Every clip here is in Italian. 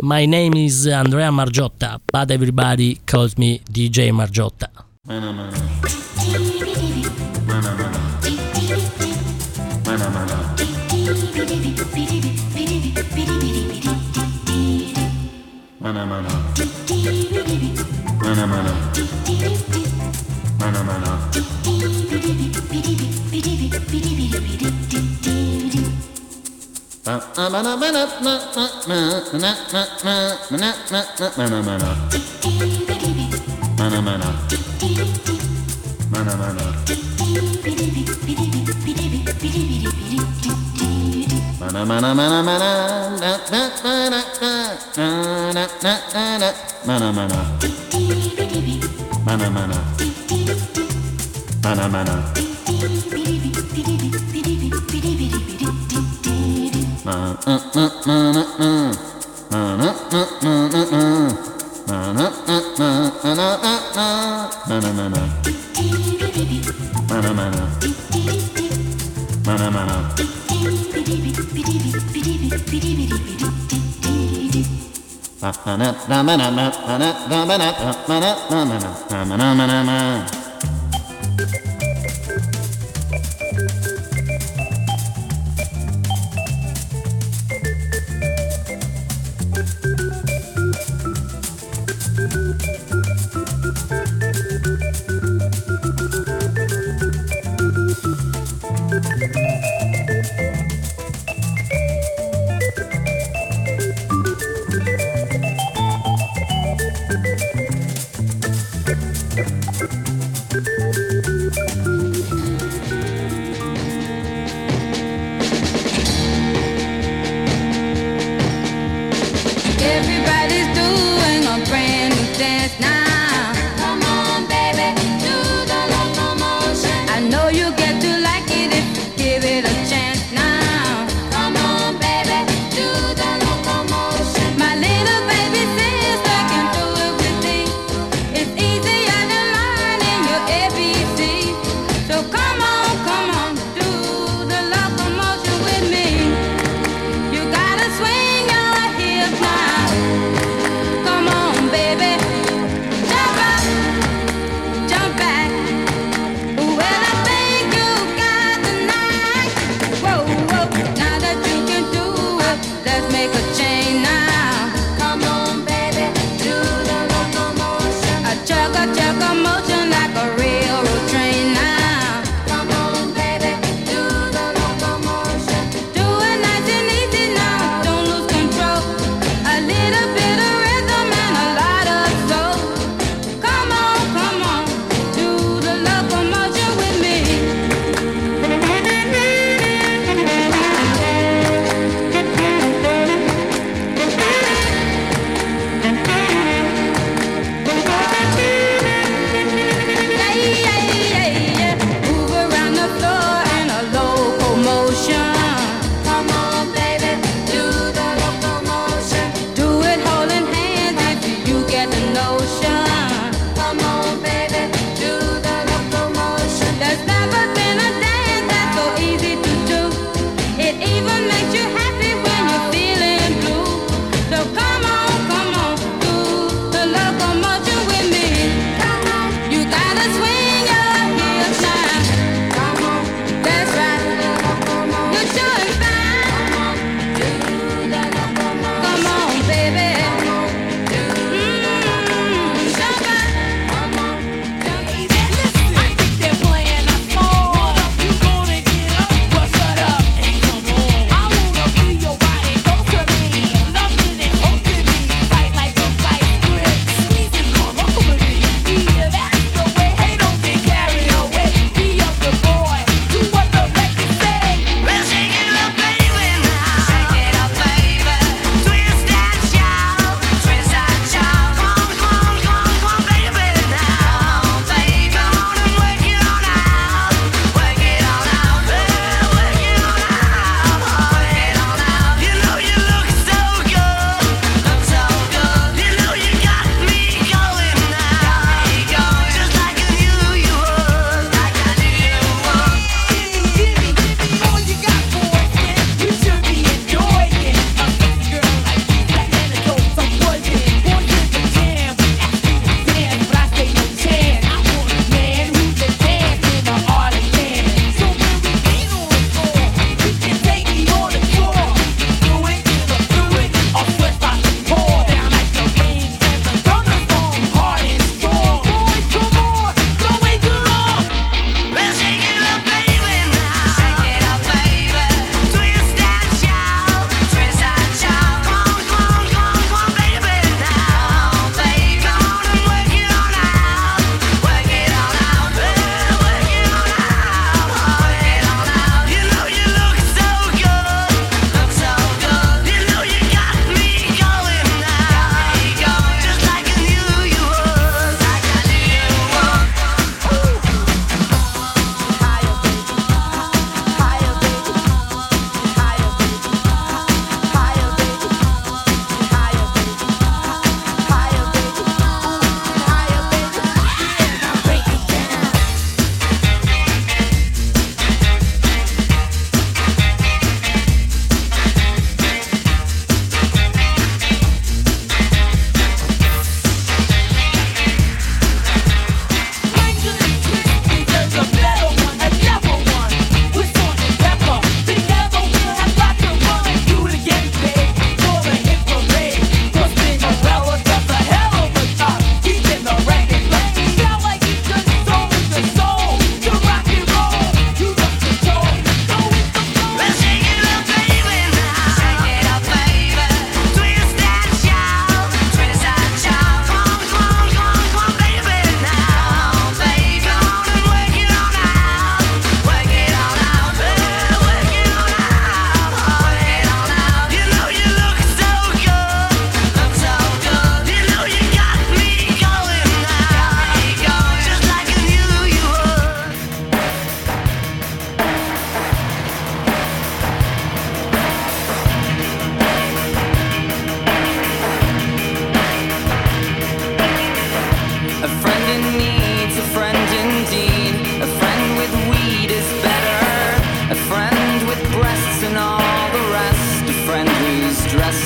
My name is Andrea Margiotta, but everybody calls me DJ Margiotta.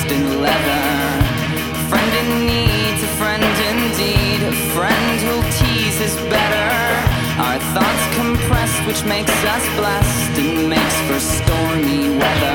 dressed in leather. A friend in need, a friend indeed. A friend who'll tease is better. Our thoughts compressed, which makes us blessed and makes for stormy weather.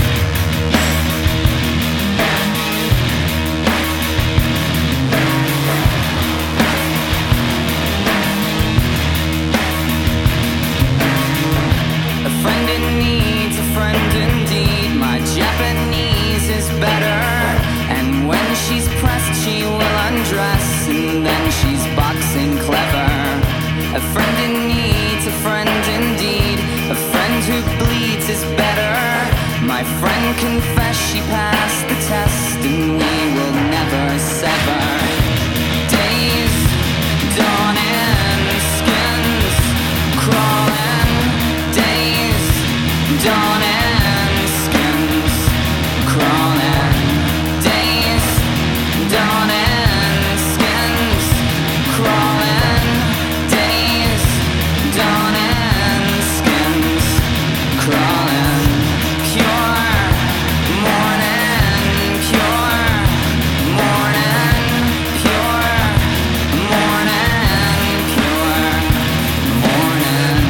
Friend in need's a friend indeed. My Japanese is better. And when she's pressed she will undress, and then she's boxing clever. A friend in need's a friend indeed. A friend who bleeds is better. My friend confessed she passed the test, and we will never sever. Days dawning, skins crawling. Days dawning, skins crawling. Days dawning, skins crawling. Days dawning, skins crawling. Pure morning, pure morning, pure morning, pure morning.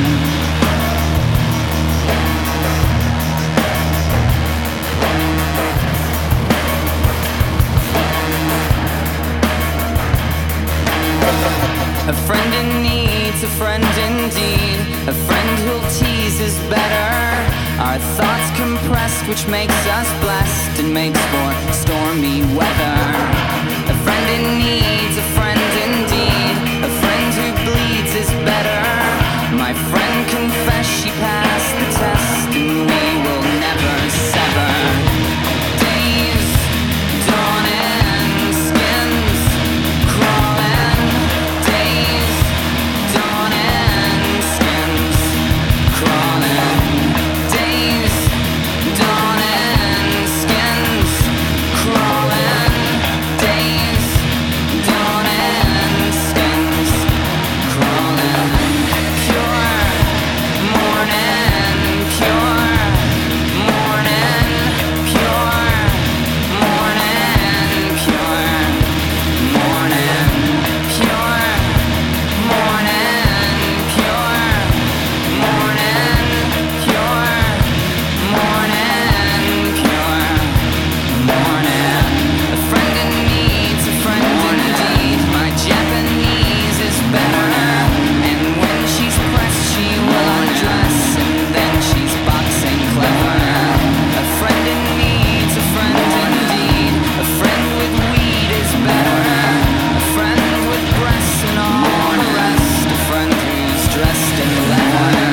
A friend in need's a friend indeed. A friend who'll tease is better. Our thoughts compressed, which makes us blessed and makes for stormy weather. A friend in need's a friend indeed. A friend who bleeds is better. My friend confessed she passed the test, and we will never sever. Days dawning, skins crawling. Days dawning, skins crawling. Days dawning, skins crawling. Days dawning, skins crawling. Pure morning, pure morning, pure morning, pure morning, pure morning, pure morning, pure morning, pure morning. A friend in need's a friend indeed. My Japanese is better. And when she's pressed she will undress, and then she's boxing clever. A friend in need's a friend indeed. A friend with weed is better. A friend with breasts and all the rest. A friend who's dressed in leather.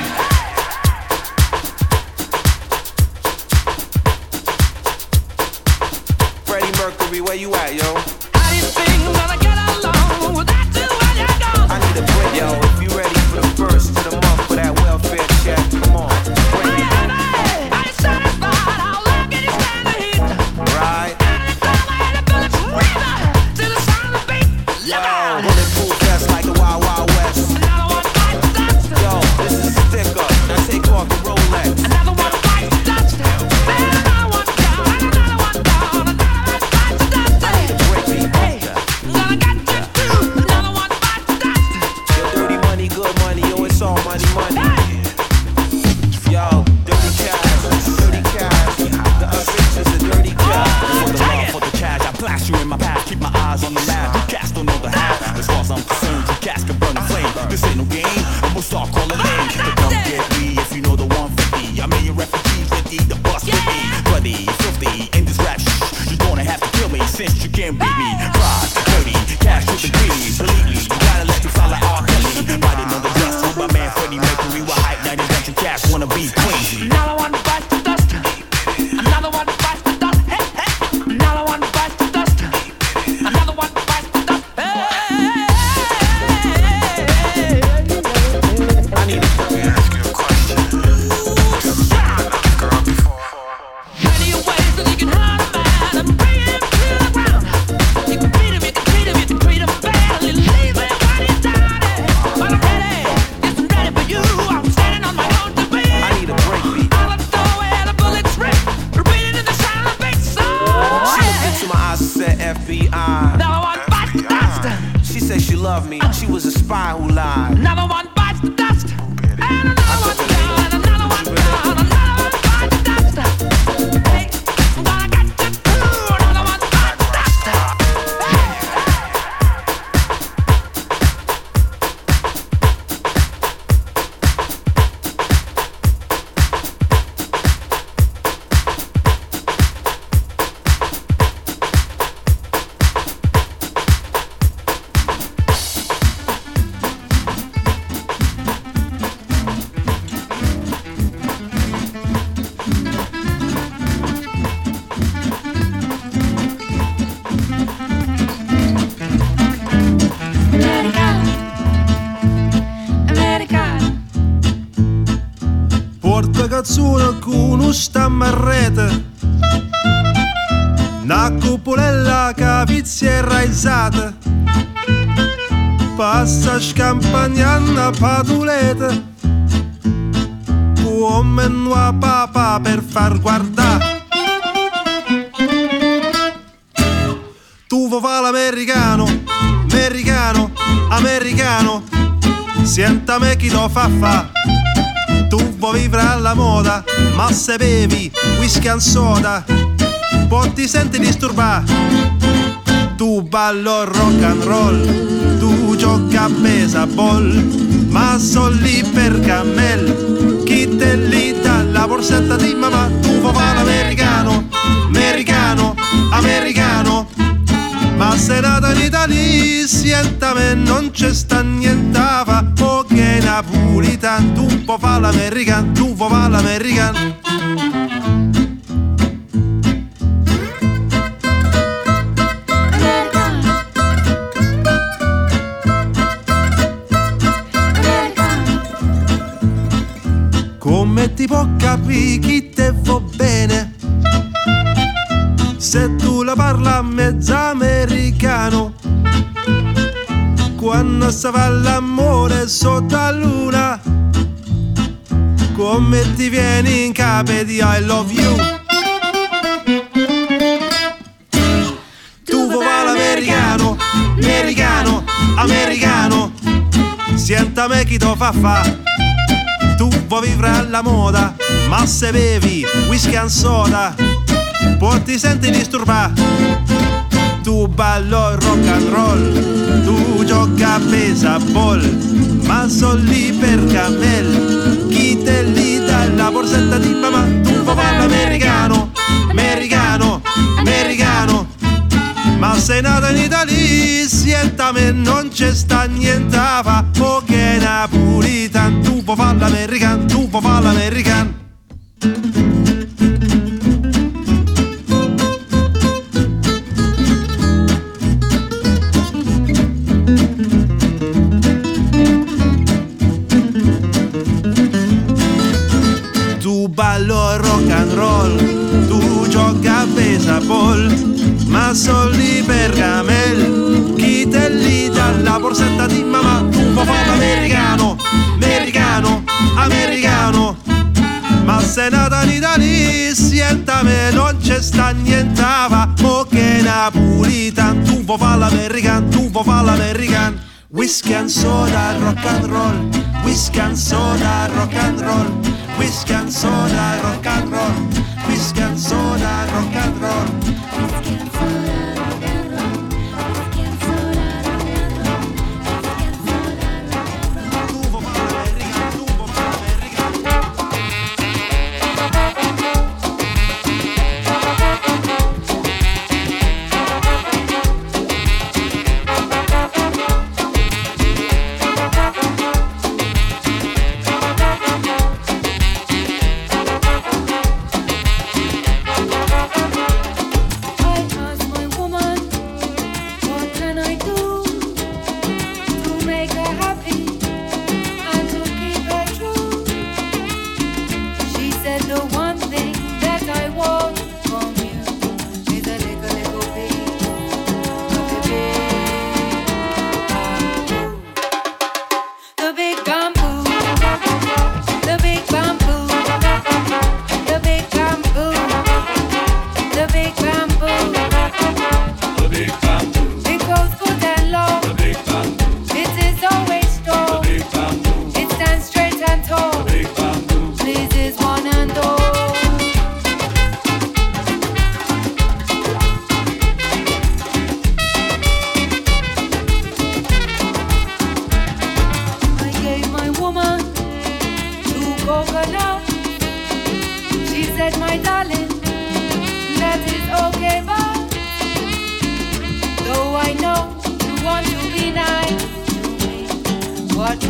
Freddie Mercury, where you at, yo? How do you think I'm gonna get along without you when you're gone? I need a break, yo. If you ready for the first of the month for that welfare check, come on. Bring it. Are you satisfied? How long can you stand the heat? Right. Anytime I hear the bullets screaming to the sound of the beat. Yo, Look out! bulletproof vest like the Wild Wild West. Another one bites the dust. Yo, this is a sticker. Now take off the Rolex. Another one bites the dust. Man, another one down. Another one down. Another one bites the dust. Break me. Hey, gonna get you too. Another one bites the dust. Yo, dirty money, good money. Yo, it's all money, money. Yo, dirty cash. Dirty cash. The bitch is a dirty cash. For the love, for the cash, I blast you in my path. Keep my eyes on the lab. You cats don't know the half. As far as I'm concerned, you cats can burn the flame. This ain't no game, and we'll start calling names. But come get me if you know the 150. I mean, your refugees ready to bust with me. Bloody, filthy, in this rap shh. You're gonna have to kill me since you can't beat me. Pride, dirty, cash with the greed. Believe me, you gotta let you follow R. Kelly. Riding on the dust with my man Freddie Mercury. We're hype 90 bunch of cats wanna be crazy. Another one bites the dust. Another one bites the dust. Hey, hey. Another one bites the dust. Another one bites the dust. Hey. I need a ask you a question. Girl before. Plenty of ways that you can hurt a man and bring him to the ground. You can beat him, you can treat him, you can treat him badly. Leave him when he's down. But I'm ready, yes, I'm ready for you. I'm standing on my own to be. I need a break beat. I'll throw where the bullets rip, repeating in the sound of beat. So love me. She was a spy who lied. Another one bites the dust. And another one down. And another one down. Another one bites the dust. Hey, I'm gonna get you too. Another one bites the dust. Porta cazzone con uno stammarrete, una cupolella cavizziera raisata, passa scampagnando patulete, come a papà per far guardare. Tu vuoi fare l'americano, americano, americano, senta me chi lo fa. Tu vuoi vivere alla moda, ma se bevi whisky and soda, poi ti senti disturbato. Tu ballo rock and roll, tu gioca a baseball, ma sono lì per cammel. Chi te li dà la borsetta di mamma? Tu vuoi fare l'americano, americano, americano, ma se nata in Italia, sienta me non c'è sta nient'ava. O che napolitan, tu puoi fare l'american, tu vuoi fare l'american. Come ti può capire chi te va bene se tu la parla mezza americano? Quando si fa l'amore sotto la luna, come ti vieni in capo di I love you? Tu vuoi fare l'americano, americano, americano, sienta me chi to fa. Tu vuoi vivere alla moda, ma se bevi whisky and soda, poi ti senti disturbato. Tu ballo rock and roll, tu gioca a baseball, ma sono lì per cammel. Chi te li dà la borsetta di mamma? Tu vuoi fare l'americano, americano, americano, ma sei nata in Italia, sienta me non c'è sta nient'ava. O che napolitan, tu vuoi fare l'americano, tu vuoi fare l'americano. Tu ballo rock and roll, tu gioca a baseball, ma sono lì per camel. Chi te li dà la borsetta di mamma? Tu vuoi fare l'americano, americano, americano, ma sei nata in Italia, sienta me non c'è sta nient'ava. O che napolitan, tu vuoi fare l'americano, tu vuoi fare l'americano. Whisky and soda, rock and roll, whisky and soda, rock and roll, whisky and soda, rock and roll, whisky and soda, rock and roll.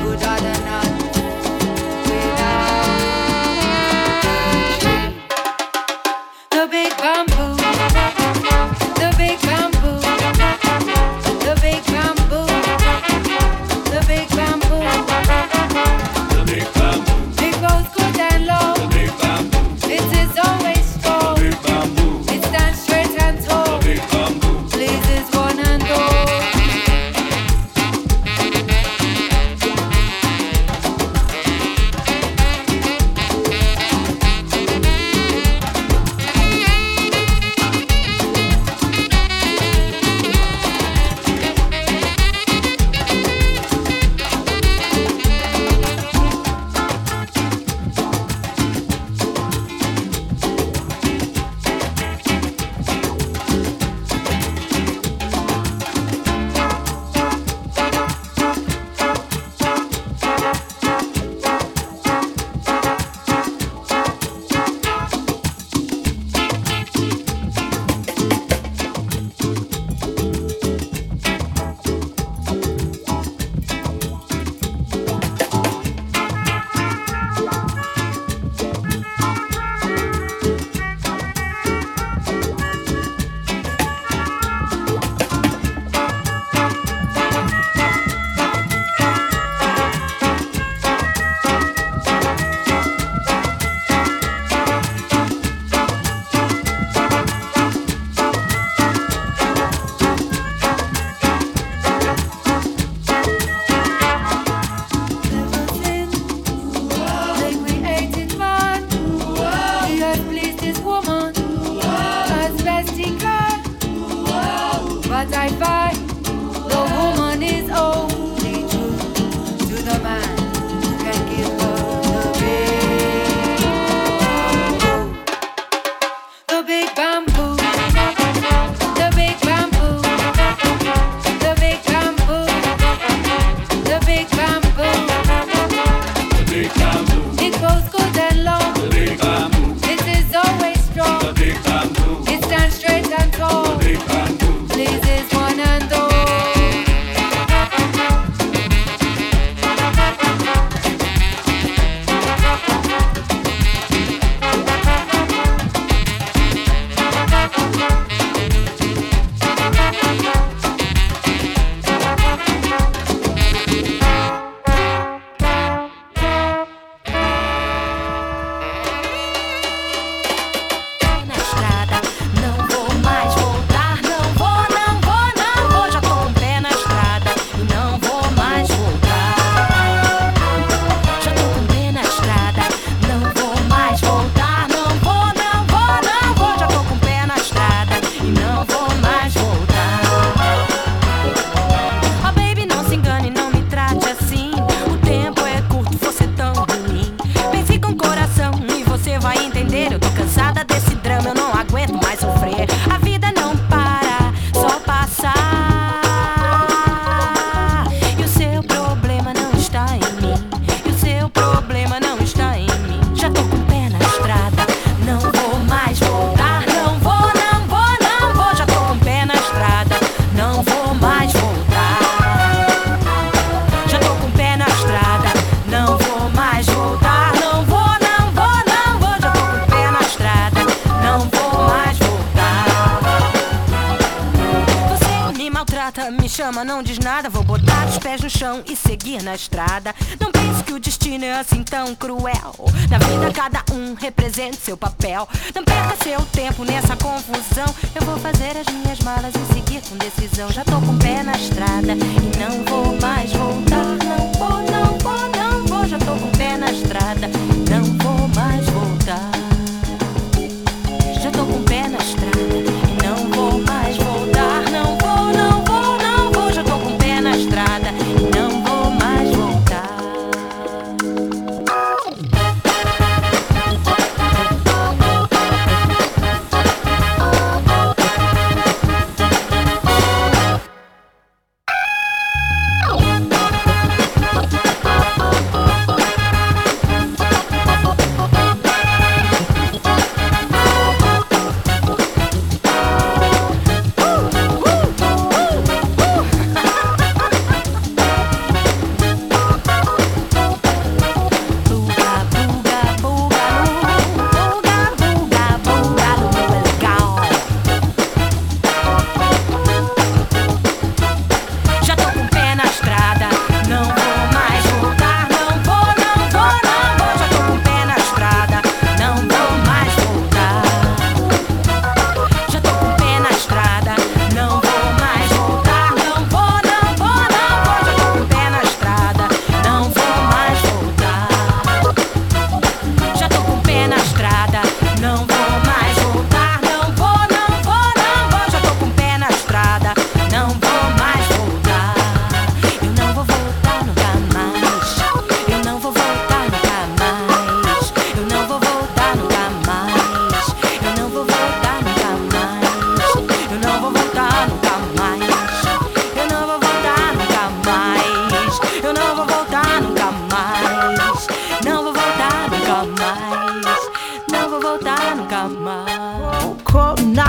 good are the nuts without the tree. The big bamboo, the big bamboo, the big bamboo, the big bamboo, The big bamboo, big bows good and long. the big bamboo, It is always strong. the big bamboo, It stands straight and tall. the big bamboo. Pleases one and all. But I find the woman is only true to the man who can give her the big bamboo, the big bamboo, the big bamboo, the big bamboo, The big bamboo, it grows good and long. the big bamboo, It is always the strong. big bamboo, It stands straight and tall. the big bamboo. Pleases one and all. Na estrada, não vou mais voltar, não vou, não vou, não vou, já tô com o pé na estrada e não vou mais voltar. Já tô com o pé na estrada, não vou mais voltar, não vou, não vou, não vou, já tô com o pé na estrada e não vou mais voltar. Oh baby, não se engane, não me trate assim. O tempo é curto, você tão ruim. Pense com o coração e você vai entender. Eu tô cansada desse drama, eu não aguento mais sofrer. A vida não para, só passar. E o seu problema não está em mim. E o seu problema não está em mim. Já tô com o pé na estrada, não vou mais voltar. Não vou, não vou, não vou. Já tô com o pé na estrada, não vou mais voltar. Já tô com o pé na estrada, não vou mais voltar. Não vou, não vou, não vou. Já tô com o pé na estrada, não vou mais voltar. Você me maltrata, me chama, não diz nada. Vou botar os pés no chão e seguir na estrada. Não pense que o destino é assim tão cruel. Na vida cada um representa seu papel. Não perca seu tempo nessa confusão. Eu vou fazer as minhas malas e seguir com decisão. Já tô com o pé na estrada e não vou mais voltar. Não vou, não vou, não vou. Já tô com o pé na estrada, não vou mais voltar. Já tô com o pé na estrada e não vou mais voltar. Não vou, não vou, não vou. Já tô com o pé na estrada e não vou mais voltar.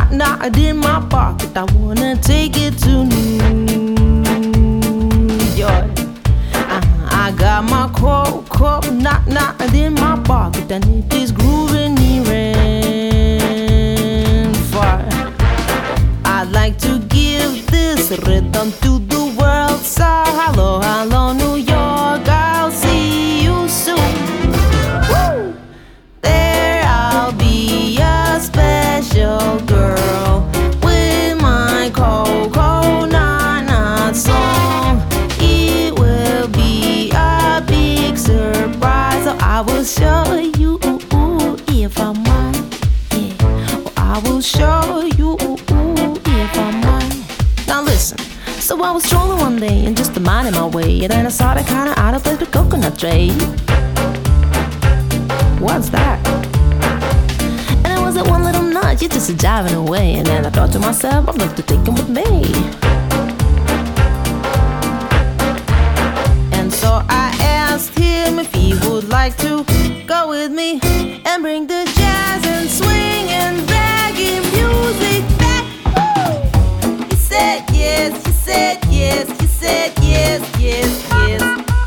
not in my pocket. I wanna take it to New York. I got my coat, not in my pocket, and it is grooving near and far. I'd like to give this rhythm to the world. So hello, hello, New York, I'll see you soon. Woo! There I'll be a special girl with my coconut song. It will be a big surprise. So I will show you if I might. Yeah. Oh, I will show you if I might. Now listen. So I was strolling one day and just minding my way, and then I saw that kind of out of place with coconut tray. What's that? And it was that one little nudge, you just jiving away. And then I thought to myself, I'd love to take him with me. And so I asked him if he would like to go with me and bring the jazz and swing and reggae music back. Woo! He said yes, he said yes, he said yes, yes, yes.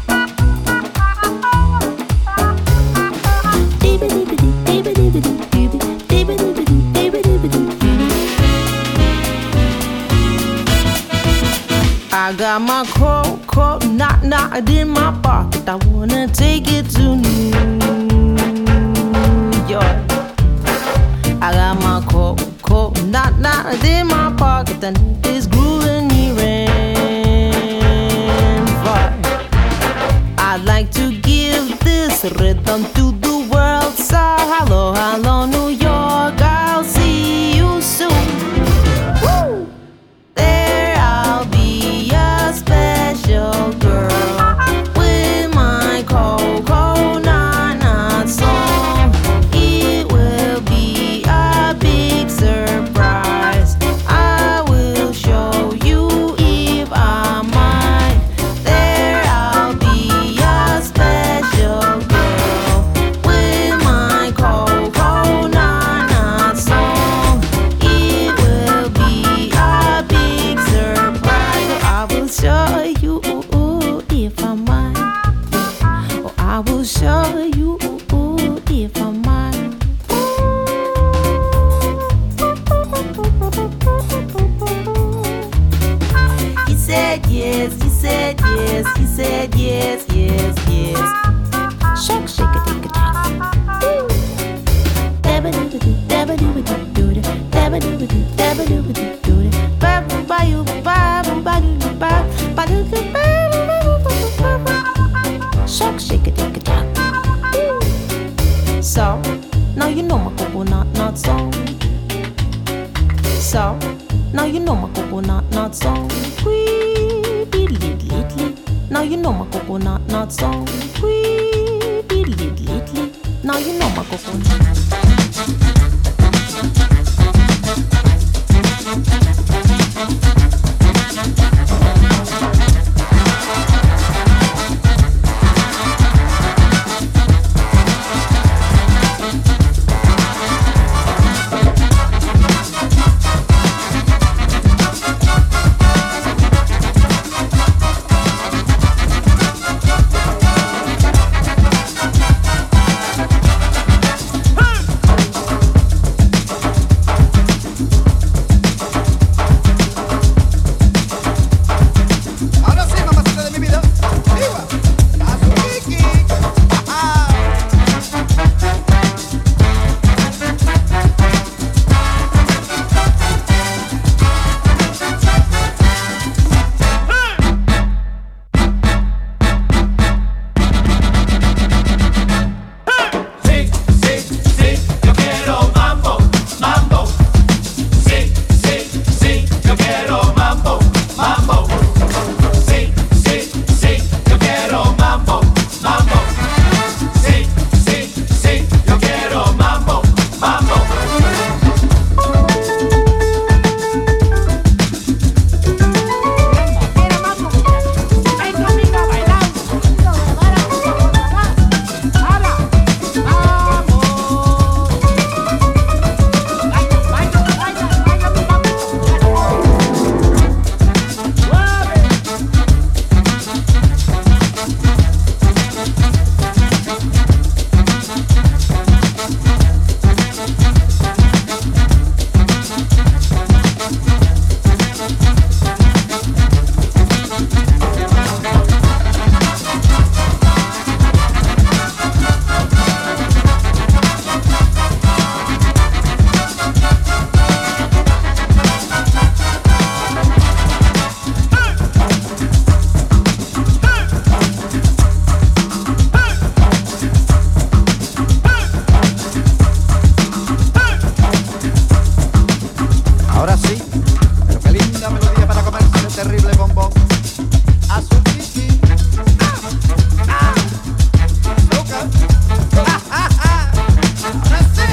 I got my coat, not in my pocket. I wanna take it to New York. I got my coat, not in my pocket, and it is grooving near and far. I'd like to give this rhythm to the world. So hello, hello, New York, I'll see you soon. Woo! There I'll be a special girl with my coconut song. It will be a big surprise. I will show you if I might. There I'll be a special girl with my coconut song. It will be a big surprise. I will show you if I might. Oh, I will show you if I might. He said yes, he said yes, he said yes, yes, yes. Shake, shake it, take it down. Dabba-doo-ba-doo, dabba-doo-ba-doo, dabba-doo-ba-doo, dabba-doo-ba-doo, ba-ba-ba-you, ba-ba-ba-doo-ba, ba-doo-ba-ba-ba-ba-ba-ba. Shake, shake it, take it down. So, now you know my coconut song. So, now you know my coconut song. Now you know my coconut song. Now you know my coconut. Qué linda melodía para comerse el terrible bombón. A su chichi. Azúcar. Ahora sí.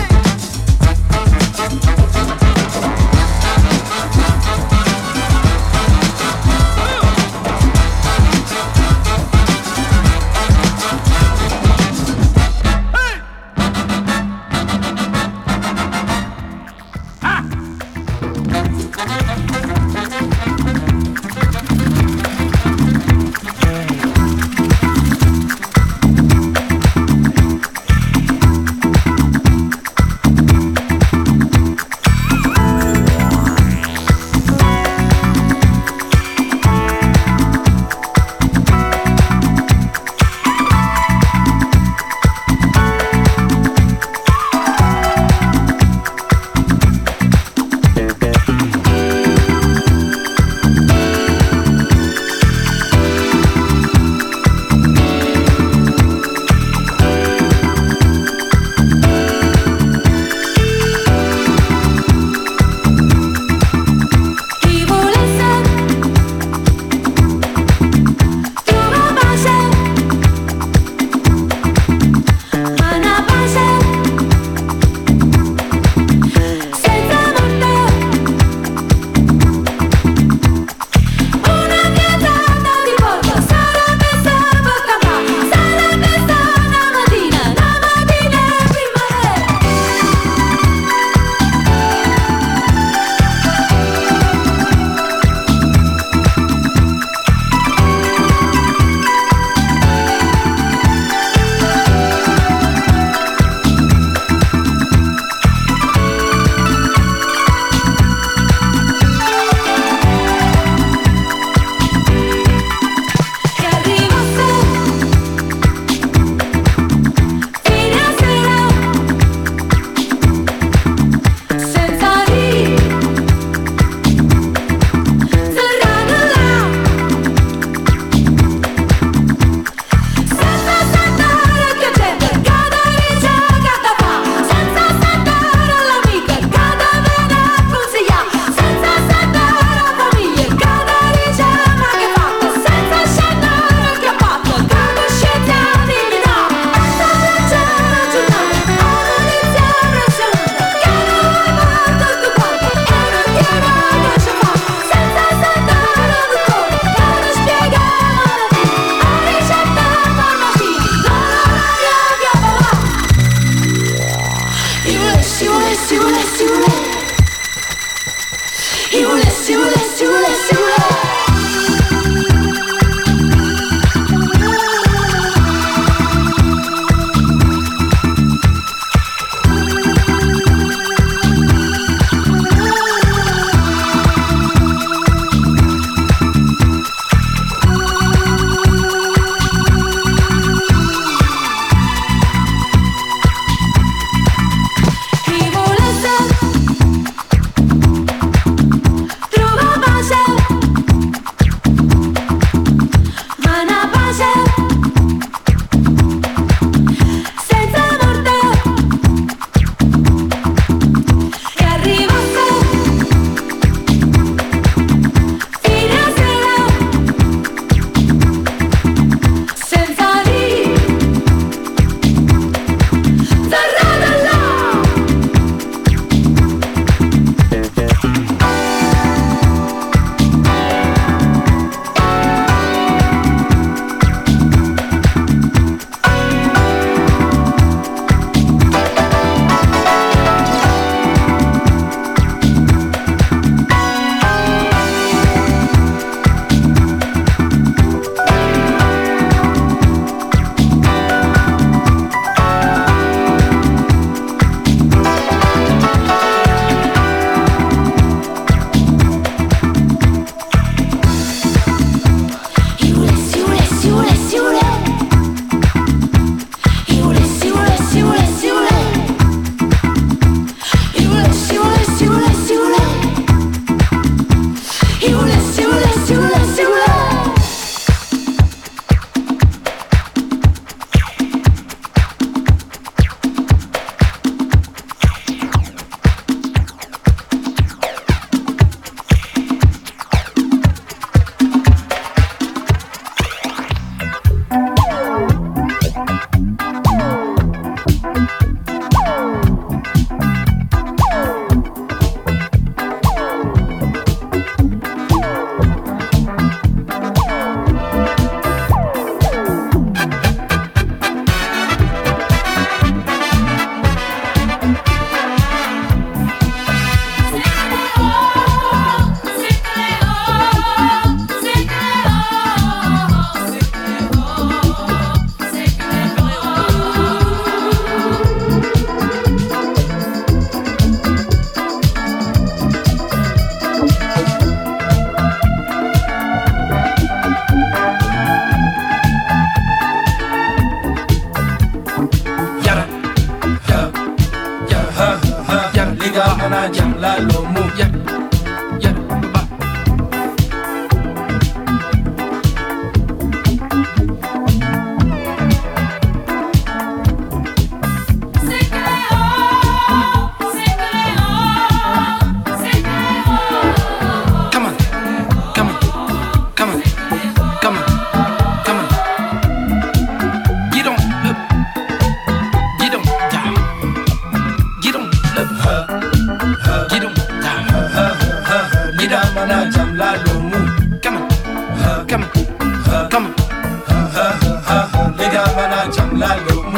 Gida mana jam la lo mu. Come on, come on, come on. Gida mana jam la lo mu.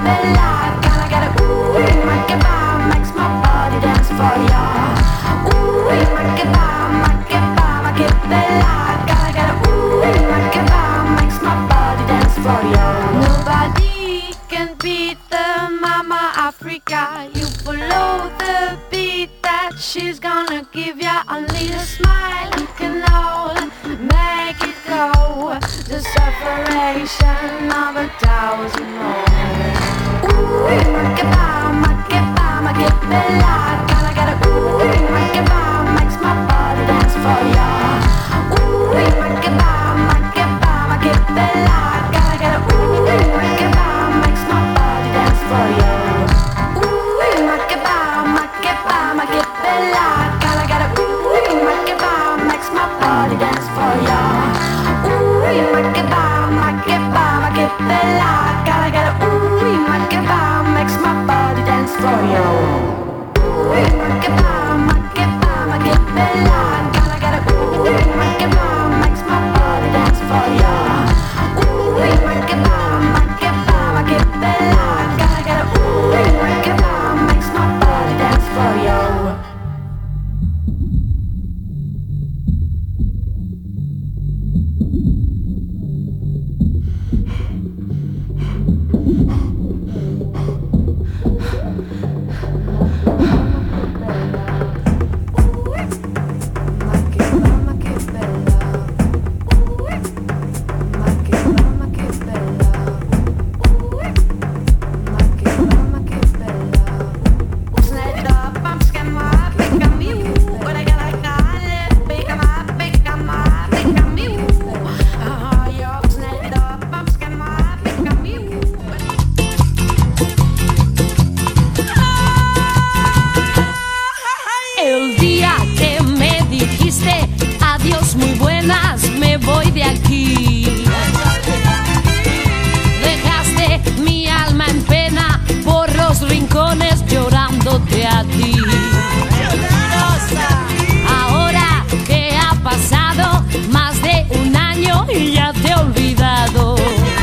bella. Can I get a ooh, my kebab makes my body dance for ya. Ooh, my kebab, my bella. Can I get a ooh, my kebab makes my body dance for ya. Nobody can beat the Mama Africa. You follow the beat that she's gonna give ya. Only a smile can all make it go. The separation of 1,000 more. Ooh, my kebab, my bella. Can I get a ooh, my kebab makes my body dance for ya. Ooh, my kebab, my bella. Can I get a ooh, my kebab makes my body dance for ya. Ooh, my kebab, my bella. Can I get a ooh, my kebab makes my body dance for ya. Ooh, my kebab, my bella. Can I get a ooh, my kebab makes my body dance for ya. Ooh, my kebab, my bella. Can I get a ooh, my kebab makes my body dance for ya. Ooh, my kebab, my bella. Can I get a ooh, my kebab makes my body dance for ya. El día que me dijiste adiós muy buenas, me voy de aquí. Dejaste mi alma en pena por los rincones llorándote a ti. Ahora que ha pasado más de un año y ya te he olvidado.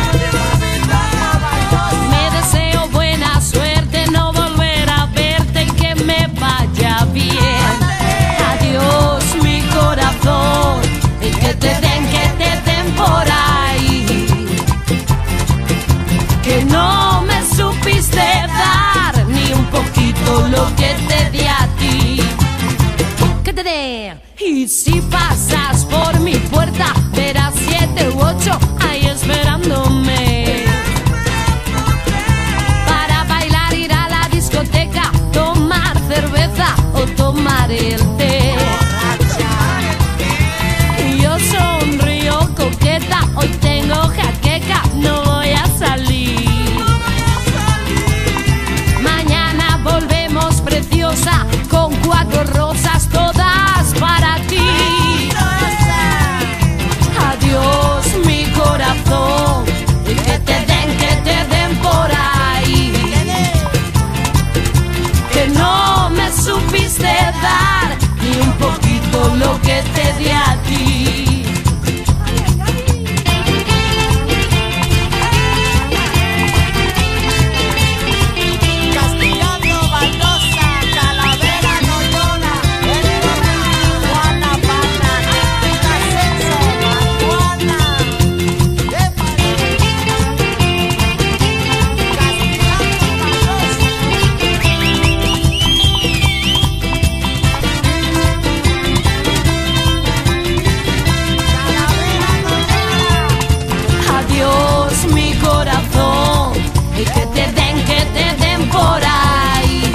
Me deseo buena suerte, no volver a verte y que me vaya bien. Adiós mi corazón, y que te den por ahí. Que no me supiste dar ni un poquito lo que te di a ti. Que te dé. Y si pasas por mi puerta, verás 7 u 8 ahí esperándome. Para bailar, ir a la discoteca, tomar cerveza o tomar el té. Y yo sonrío coqueta, hoy tengo jaqueca, no voy a salir. Mañana volvemos preciosa, con 4 rosas todas para ti. Adiós mi corazón, y que te den por ahí. Que no me supiste dar ni un poquito lo que te di a ti. Castellano, Baldosa, Calavera, Noyona, Juana Pata, Casenso, Juana, Adiós mi corazón, y que te den por ahí.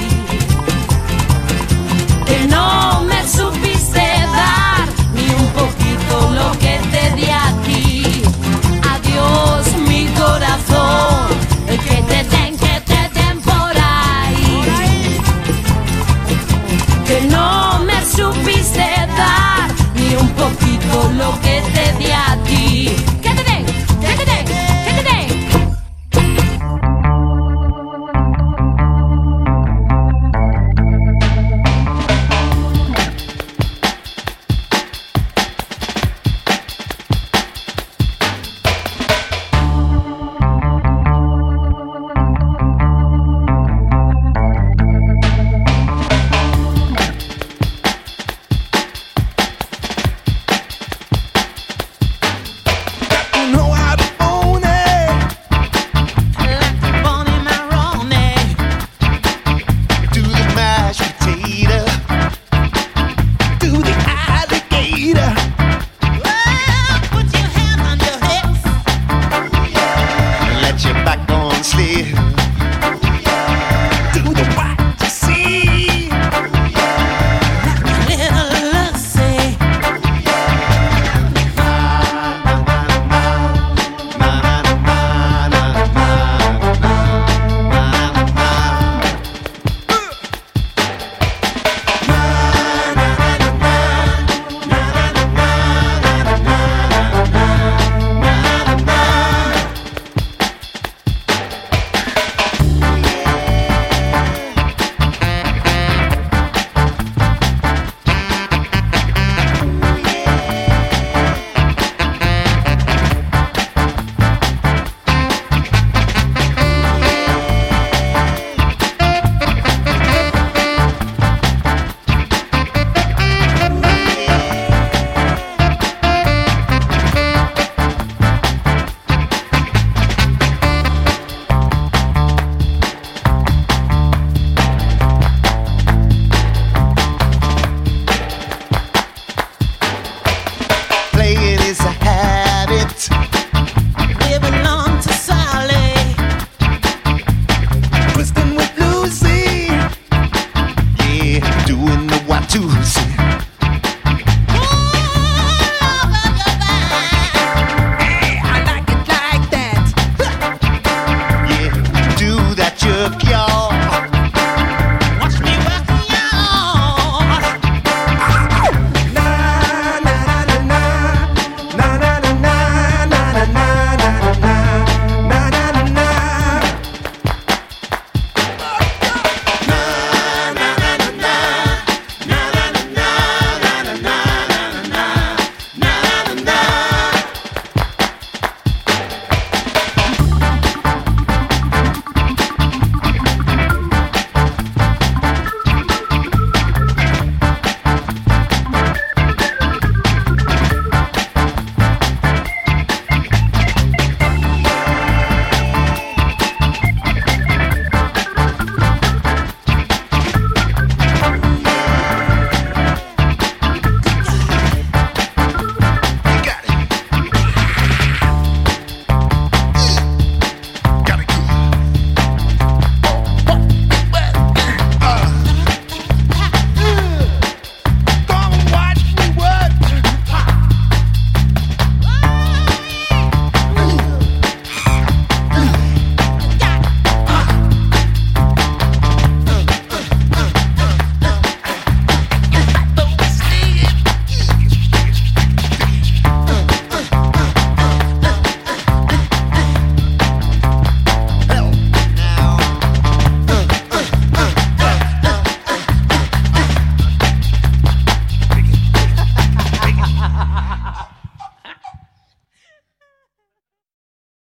Que no me supiste dar ni un poquito lo que te di a ti. Adiós mi corazón, y que te den por ahí. Que no me supiste dar ni un poquito lo que te di a ti.